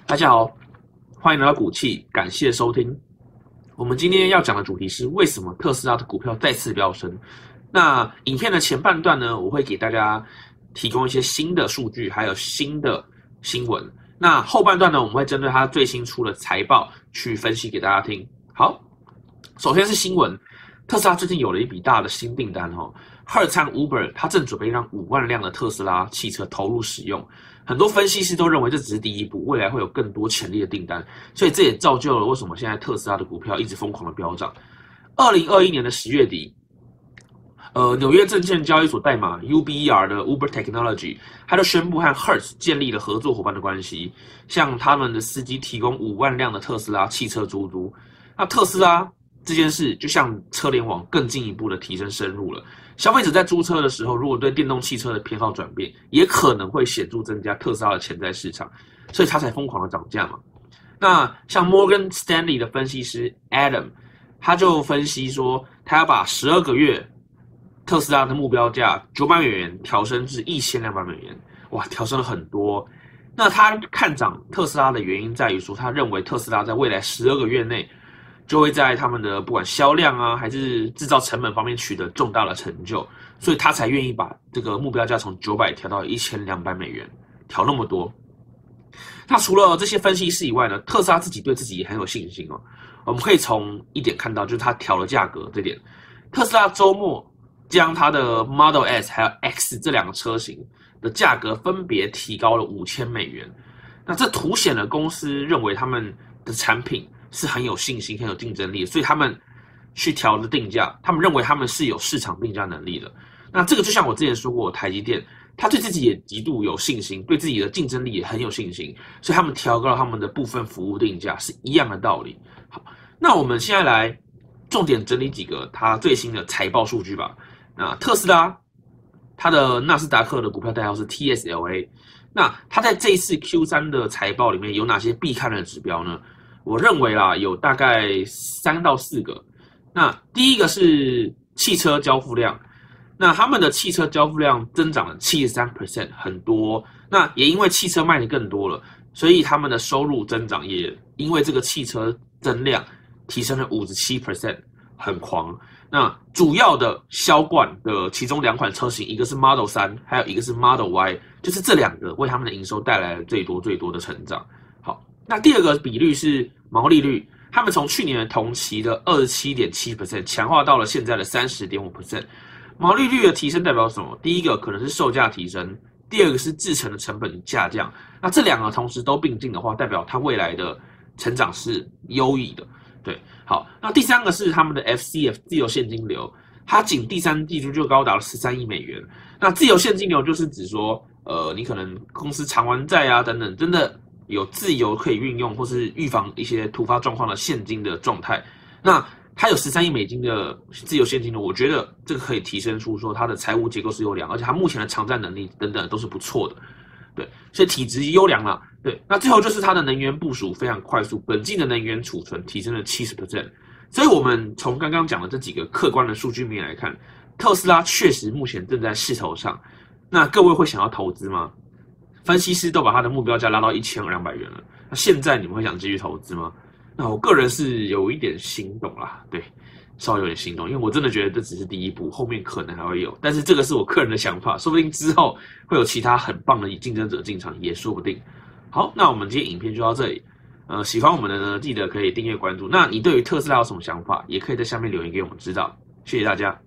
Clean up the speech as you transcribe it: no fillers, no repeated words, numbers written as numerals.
大家好，欢迎来到股气，感谢收听。我们今天要讲的主题是为什么特斯拉的股票再次飙升。那影片的前半段呢，我会给大家提供一些新的数据，还有新的新闻。那后半段呢，我们会针对它最新出的财报去分析给大家听。好，首先是新闻，特斯拉最近有了一笔大的新订单哦。Hertz 和 Uber 它正准备让5万辆的特斯拉汽车投入使用。很多分析师都认为这只是第一步，未来会有更多潜力的订单，所以这也造就了为什么现在特斯拉的股票一直疯狂的飙涨。2021年的10月底，纽约证券交易所代码 UBER 的 Uber Technology， 它就宣布和 Hertz 建立了合作伙伴的关系，向他们的司机提供5万辆的特斯拉汽车租。那特斯拉这件事就向车联网更进一步的提升深入了。消费者在租车的时候，如果对电动汽车的偏好转变，也可能会显著增加特斯拉的潜在市场，所以它才疯狂的涨价嘛。那像 Morgan Stanley 的分析师 Adam， 他就分析说，他要把12个月特斯拉的目标价900美元调升至1200美元，哇，调升了很多。那他看涨特斯拉的原因在于说，他认为特斯拉在未来12个月内就会在他们的不管销量啊，还是制造成本方面取得重大的成就，所以他才愿意把这个目标价从900调到1200美元，调那么多。那除了这些分析师以外呢，特斯拉自己对自己也很有信心哦。我们可以从一点看到，就是他调了价格这点。特斯拉周末将它的 Model S 还有 X 这两个车型的价格分别提高了5000美元。那这凸显了公司认为他们的产品是很有信心、很有竞争力的，所以他们去调的定价，他们认为他们是有市场定价能力的。那这个就像我之前说过，台积电他对自己也极度有信心，对自己的竞争力也很有信心，所以他们调高了他们的部分服务定价，是一样的道理。好，那我们现在来重点整理几个它最新的财报数据吧。那特斯拉它的纳斯达克的股票代号是 TSLA， 那它在这一次 Q3 的财报里面有哪些必看的指标呢？我认为啦，有大概3到4个。那第一个是汽车交付量，那他们的汽车交付量增长了 73%， 很多。那也因为汽车卖的更多了，所以他们的收入增长也因为这个汽车增量提升了 57%， 很狂。那主要的销冠的其中2款车型，一个是 Model 3，还有一个是 Model Y， 就是这2个为他们的营收带来了最多的成长。好，那第二个比率是毛利率，他们从去年的同期的 27.7% 强化到了现在的 30.5%。毛利率的提升代表什么？第一个可能是售价提升，第二个是制程的成本下降。那这2个同时都并进的话，代表它未来的成长是优异的。对，好，那第3个是他们的 FCF 自由现金流，它仅第3季度就高达了13亿美元。那自由现金流就是指说，你可能公司偿完债啊等等，真的有自由可以运用，或是预防一些突发状况的现金的状态。那它有13亿美金的自由现金流，我觉得这个可以提升出说它的财务结构是优良，而且它目前的偿债能力等等都是不错的。对，所以体质优良啦。对，那最后就是它的能源部署非常快速，本季的能源储存提升了 70%。所以我们从刚刚讲的这几个客观的数据面来看，特斯拉确实目前正在势头上。那各位会想要投资吗？分析师都把它的目标价拉到1200元了，那现在你们会想继续投资吗？那我个人是有一点心动啦，对，稍微有点心动，因为我真的觉得这只是第一步，后面可能还会有，但是这个是我个人的想法，说不定之后会有其他很棒的竞争者进场，也说不定。好，那我们今天影片就到这里。喜欢我们的呢，记得可以订阅关注。那你对于特斯拉有什么想法，也可以在下面留言给我们知道。谢谢大家。